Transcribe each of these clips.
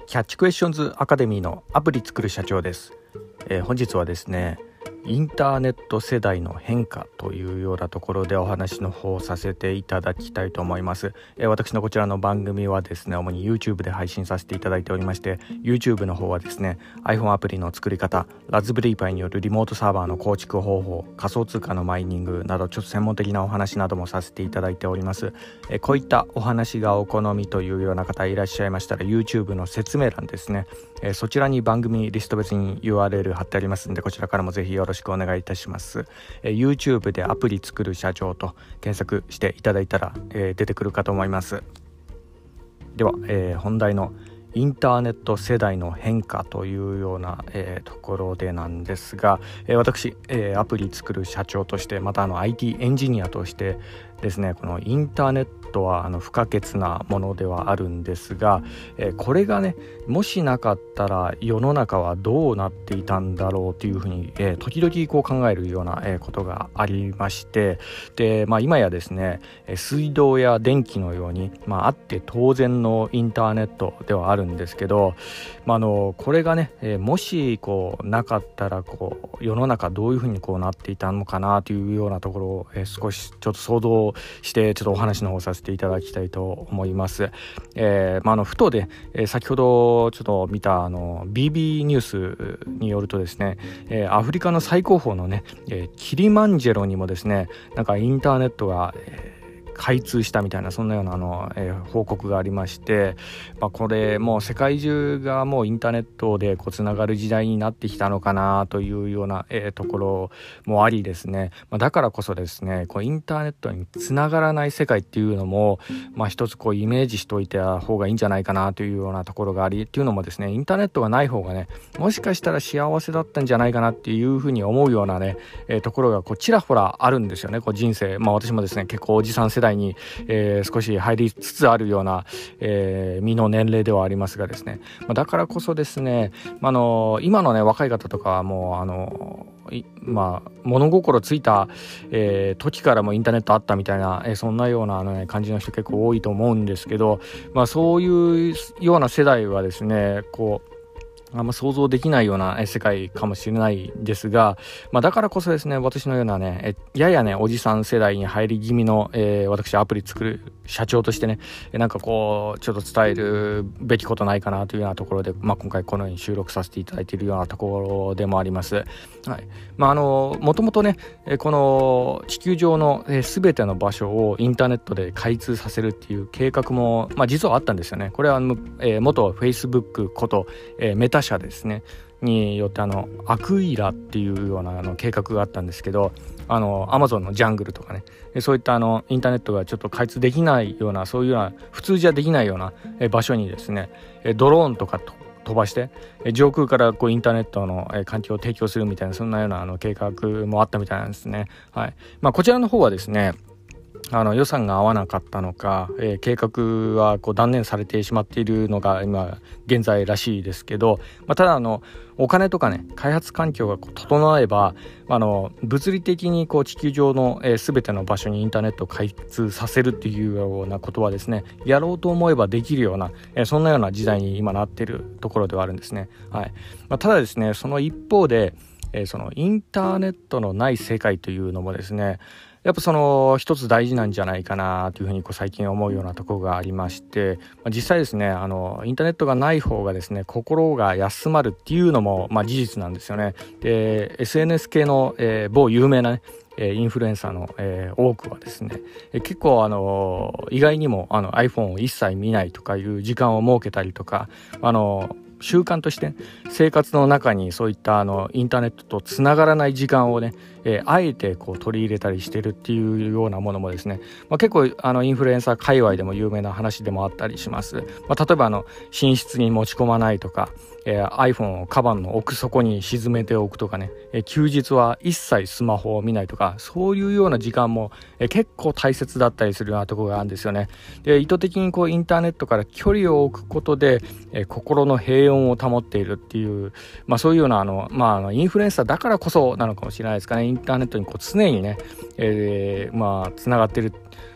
キャッチクエスチョンズアカデミーのアプリ作る社長です。本日はですね、インターネット世代の変化というようなところでお話の方をさせていただきたいと思います。私のこちらの番組はですね、主に YouTube で配信させていただいておりまして、 YouTube の方はですね、 iPhone アプリの作り方、ラズベリーパイによるリモートサーバーの構築方法、仮想通貨のマイニングなどちょっと専門的なお話などもさせていただいております。こういったお話がお好みというような方いらっしゃいましたら、 YouTube の説明欄ですね、そちらに番組リスト別に URL 貼ってありますので、こちらからもぜひよろしくお願いいたします。YouTube でアプリ作る社長と検索していただいたら、出てくるかと思います。では、本題のインターネット世代の変化というような、ところでなんですが、私、アプリ作る社長として、またIT エンジニアとしてですね、このインターネットは不可欠なものではあるんですが、これがね、もしなかったら世の中はどうなっていたんだろうというふうに、時々こう考えるような、ことがありまして、で、今やですね、水道や電気のように、あって当然のインターネットではあるんですけど、これがね、もしこうなかったら世の中どういうふうになっていたのかなというようなところを、少しちょっと想像してちょっとお話の方させていただきたいと思います。ふとで、先ほどちょっと見たBB ニュースによるとですね、アフリカの最高峰のね、キリマンジェロにもですね、なんかインターネットが、開通したみたいな、そんなような報告がありまして、これもう世界中がもうインターネットでつながる時代になってきたのかなというような、ところもありですね、だからこそですね、インターネットにつながらない世界っていうのも、一つイメージしておいた方がいいんじゃないかなというようなところがあり、っていうのもですね、インターネットがない方がね、もしかしたら幸せだったんじゃないかなっていうふうに思うようなね、ところがちらほらあるんですよね。人生、私もですね、結構おじさん世代に、少し入りつつあるような、身の年齢ではありますがですね、だからこそですね、今のね、若い方とかはもう物心ついた、時からもインターネットあったみたいな、そんなような、感じの人結構多いと思うんですけど、そういうような世代はですね、あんま想像できないような世界かもしれないですが、だからこそですね、私のようなね、ややね、おじさん世代に入り気味の、私アプリ作る社長としてね、ちょっと伝えるべきことないかなというようなところで、今回このように収録させていただいているようなところでもあります。はい。もともとね、この地球上の全ての場所をインターネットで開通させるっていう計画も、実はあったんですよね。これは元 Facebook ことメタ社ですねによってアクイラっていうような計画があったんですけど、アマゾンのジャングルとかね、そういったインターネットがちょっと開通できないような、そういうような普通じゃできないような場所にですね、ドローンとか飛ばして上空からインターネットの環境を提供するみたいな、そんなような計画もあったみたいなんですね。はい。こちらの方はですね、予算が合わなかったのか、計画は断念されてしまっているのが今現在らしいですけど、ただお金とかね、開発環境が整えば、物理的に地球上の全ての場所にインターネットを開通させるっていうようなことはですね、やろうと思えばできるような、そんなような時代に今なっているところではあるんですね。はい。ただですね、その一方で、そのインターネットのない世界というのもですね、やっぱ一つ大事なんじゃないかなというふうに最近思うようなところがありまして、実際ですね、インターネットがない方がですね、心が休まるっていうのも事実なんですよね。で SNS 系の、某有名なね、インフルエンサーの、多くはですね、結構意外にもiPhone を一切見ないとかいう時間を設けたりとか、習慣として生活の中にそういったインターネットとつながらない時間をね、あえて取り入れたりしてるっていうようなものもですね、結構インフルエンサー界隈でも有名な話でもあったりします。例えば寝室に持ち込まないとか、iPhone をカバンの奥底に沈めておくとかね、休日は一切スマホを見ないとか、そういうような時間も、結構大切だったりするようなところがあるんですよね。で、意図的にインターネットから距離を置くことで、心の平穏を保っているっていう、そういうようなインフルエンサーだからこそなのかもしれないですかね。インターネットに常にね、つながっている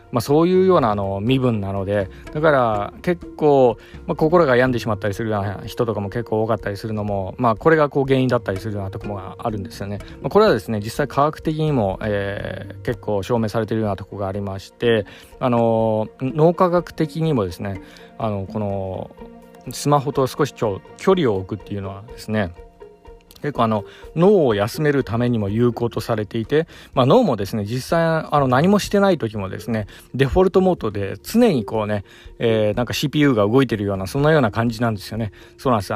そういうような身分なので、だから結構、心が病んでしまったりするような人とかも結構多かったりするのも、これが原因だったりするようなところがあるんですよね。これはですね、実際科学的にも、結構証明されているようなところがありまして、脳科学的にもですね、このスマホと少し距離を置くっていうのはですね、結構脳を休めるためにも有効とされていて、脳もですね、実際何もしてない時もですね、デフォルトモードで常にこうね、なんか CPU が動いてるような、そんなような感じなんですよね。そうなんです。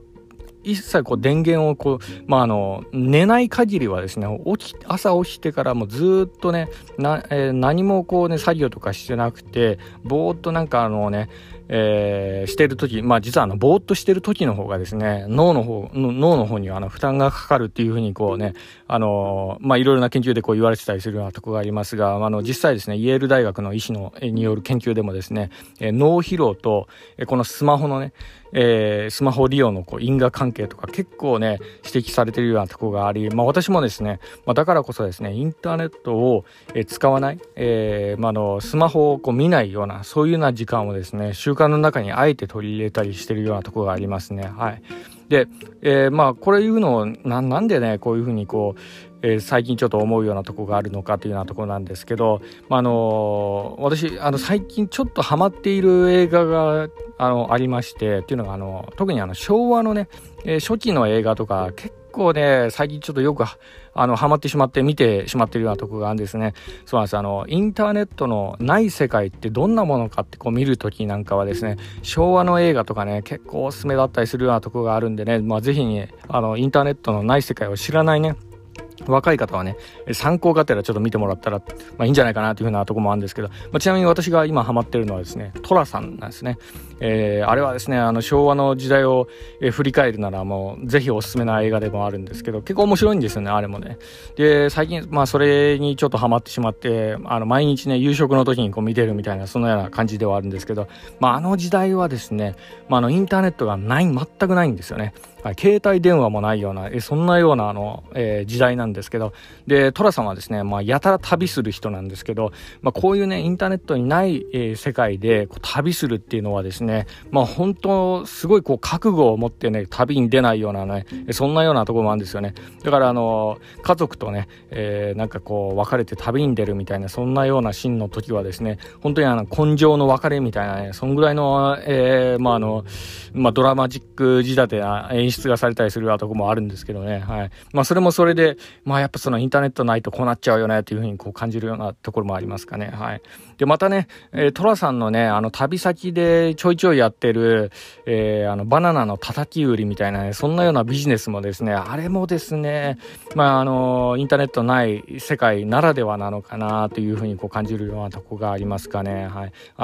一切電源を寝ない限りはですね、朝起きてからもずっとね、何も作業とかしてなくて、ぼーっとなんかしてる時、実はぼーっとしてる時の方がですね、脳の方には負担がかかるっていうふうにいろいろな研究で言われてたりするようなところがありますが、実際ですね、イェール大学の医師による研究でもですね、脳疲労とこのスマホのね、スマホ利用の因果関係とか結構ね指摘されているようなところがあり、私もですね、だからこそですね、インターネットを使わない、スマホを見ないような、そういうような時間をですね、習慣の中にあえて取り入れたりしているようなところがありますね。はい。で、これいうのをなんでね、こういうふうに最近ちょっと思うようなところがあるのかというようなところなんですけど、私最近ちょっとハマっている映画がありまして、っていうのが特に昭和のね、初期の映画とか結構ね、最近ちょっとよくハマってしまって見てしまっているようなところがあるんですね。そうなんです。インターネットのない世界ってどんなものかって見るときなんかはですね、昭和の映画とかね、結構おすすめだったりするようなところがあるんでね、ぜひね、インターネットのない世界を知らないね、若い方はね、参考がてらちょっと見てもらったら、いいんじゃないかなというふうなところもあるんですけど、ちなみに私が今ハマってるのはですね、寅さんなんですね。あれはですね、昭和の時代を、振り返るならもうぜひおすすめな映画でもあるんですけど、結構面白いんですよね、あれもね。で、最近それにちょっとハマってしまって、毎日ね、夕食の時に見てるみたいな、そのような感じではあるんですけど、時代はですね、インターネットが全くないんですよね。携帯電話もないような、そんなような時代なんですけど、で、寅さんはですね、やたら旅する人なんですけど、こういうね、インターネットにない、世界で旅するっていうのはですね、本当すごい覚悟を持ってね、旅に出ないようなね、そんなようなところもあるんですよね。だから家族とね、別れて旅に出るみたいな、そんなようなシーンの時はですね、本当に根性の別れみたいなね、そんぐらいの、ドラマチック仕立てな演出がされたりするようなところもあるんですけどね。はい。それもそれで、やっぱそのインターネットないとこうなっちゃうよねというふうに感じるようなところもありますかね。はい。で、またね、寅さんのね、旅先でちょいちょいやってる、バナナの叩き売りみたいなね、そんなようなビジネスもですね、あれもですね、インターネットない世界ならではなのかなというふうに感じるようなところがありますかね。はい。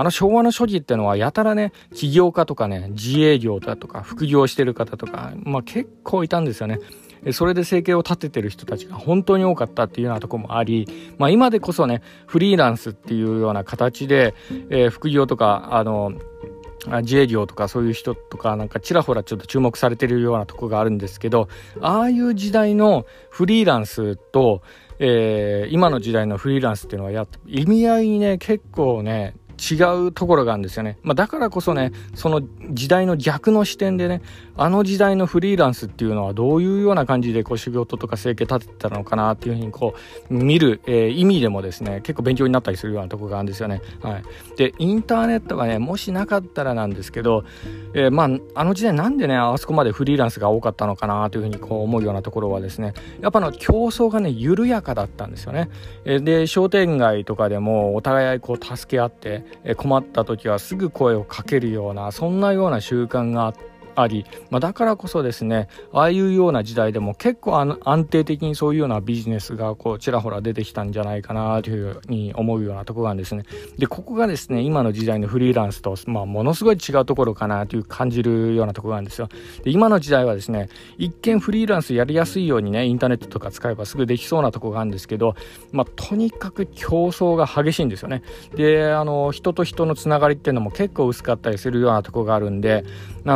昭和の初期ってのはやたらね、起業家とかね、自営業だとか副業してる方とか、結構いたんですよね。それで生計を立ててる人たちが本当に多かったっていうようなところもあり、今でこそね、フリーランスっていうような形で、副業とか自営業とかそういう人とかなんかちらほらちょっと注目されてるようなところがあるんですけど、ああいう時代のフリーランスと、今の時代のフリーランスっていうのは意味合いにね、結構ね違うところがあるんですよね。だからこそね、その時代の逆の視点でね、あの時代のフリーランスっていうのはどういうような感じで仕事とか生計立てたのかなっていうふうに見る、意味でもですね、結構勉強になったりするようなところがあるんですよね。はい。で、インターネットがね、もしなかったらなんですけど、あの時代なんでね、あそこまでフリーランスが多かったのかなというふうに思うようなところはですね、やっぱ競争がね、緩やかだったんですよね。で、商店街とかでもお互い助け合って困った時はすぐ声をかけるような、そんなような習慣があり、だからこそですね、ああいうような時代でも結構安定的にそういうようなビジネスがちらほら出てきたんじゃないかなというふうに思うようなところなんですね。で、ここがですね、今の時代のフリーランスと、ものすごい違うところかなという感じるようなところなんですよ。で、今の時代はですね、一見フリーランスやりやすいようにね、インターネットとか使えばすぐできそうなところがあるんですけど、とにかく競争が激しいんですよね。で、人と人のつながりっていうのも結構薄かったりするようなところがあるんで、なので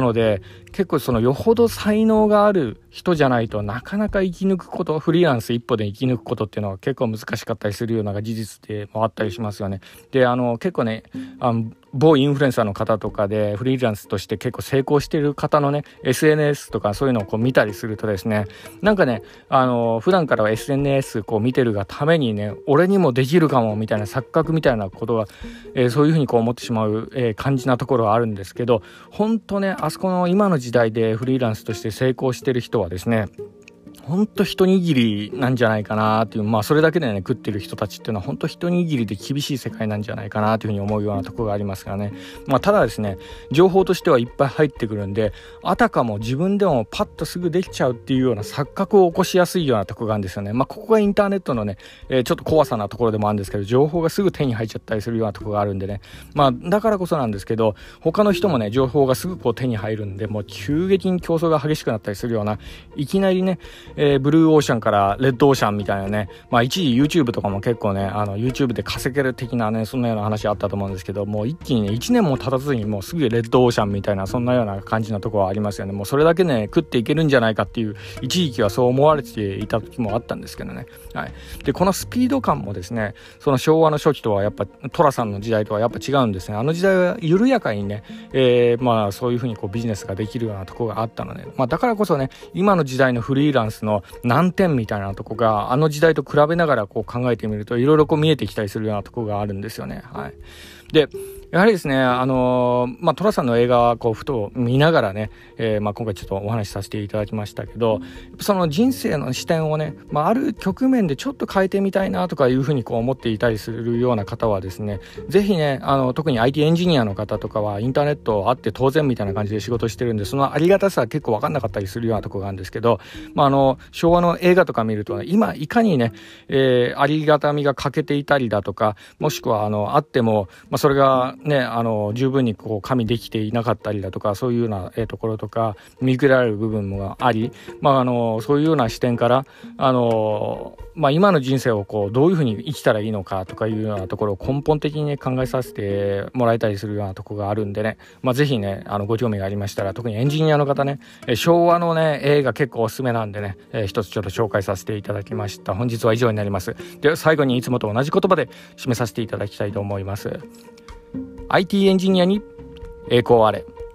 結構そのよほど才能がある人じゃないとなかなか生き抜くこと、フリーランス一歩で生き抜くことっていうのは結構難しかったりするような事実でもあったりしますよね。で結構ね某インフルエンサーの方とかでフリーランスとして結構成功している方のね SNS とかそういうのをこう見たりするとですね、なんかね普段からは SNS こう見てるがためにね、俺にもできるかもみたいな錯覚みたいなことが、そういうふうにこう思ってしまう、感じなところはあるんですけど、本当ねあそこの今の時代でフリーランスとして成功してる人はですね、本当一握りなんじゃないかなっていう、それだけでね食ってる人たちっていうのは本当一握りで厳しい世界なんじゃないかなというふうに思うようなところがありますからね。ただですね、情報としてはいっぱい入ってくるんで、あたかも自分でもパッとすぐできちゃうっていうような錯覚を起こしやすいようなところがあるんですよね。ここがインターネットのね、ちょっと怖さなところでもあるんですけど、情報がすぐ手に入っちゃったりするようなところがあるんでね、だからこそなんですけど、他の人もね情報がすぐこう手に入るんで、もう急激に競争が激しくなったりするような、いきなりね、ブルーオーシャンからレッドオーシャンみたいなね、一時 YouTube とかも結構ねYouTube で稼げる的なねそんなような話あったと思うんですけど、もう一気にね1年も経たずにもうすぐレッドオーシャンみたいなそんなような感じのところはありますよね。もうそれだけね食っていけるんじゃないかっていう一時期はそう思われていた時もあったんですけどね。でこのスピード感もですね、その昭和の初期とはやっぱ寅さんの時代とはやっぱ違うんですね。あの時代は緩やかにね、そういうふうにこうビジネスができるようなところがあったので、だからこそね今の時代のフリーランスの難点みたいなとこがあの時代と比べながらこう考えてみるといろいろこう見えてきたりするようなところがあるんですよね。でやはりですね寅さんの映画をこうふと見ながらね、今回ちょっとお話しさせていただきましたけど、その人生の視点をね、ある局面でちょっと変えてみたいなとかいうふうにこう思っていたりするような方はですね、ぜひね特に IT エンジニアの方とかはインターネットあって当然みたいな感じで仕事してるんで、そのありがたさは結構分かんなかったりするようなところがあるんですけど、昭和の映画とか見ると、ね、今いかにね、ありがたみが欠けていたりだとか、もしくはあっても、それがね十分にこう加味できていなかったりだとか、そういうような、ところとか見受けられる部分もあり、そういうような視点から今の人生をこうどういうふうに生きたらいいのかとかいうようなところを根本的に、ね、考えさせてもらえたりするようなところがあるんでね、ぜひねご興味がありましたら、特にエンジニアの方ね、昭和のね映画結構おすすめなんでね、一つちょっと紹介させていただきました。本日は以上になります。では最後にいつもと同じ言葉で締めさせていただきたいと思います。IT エンジニアに栄光あれ。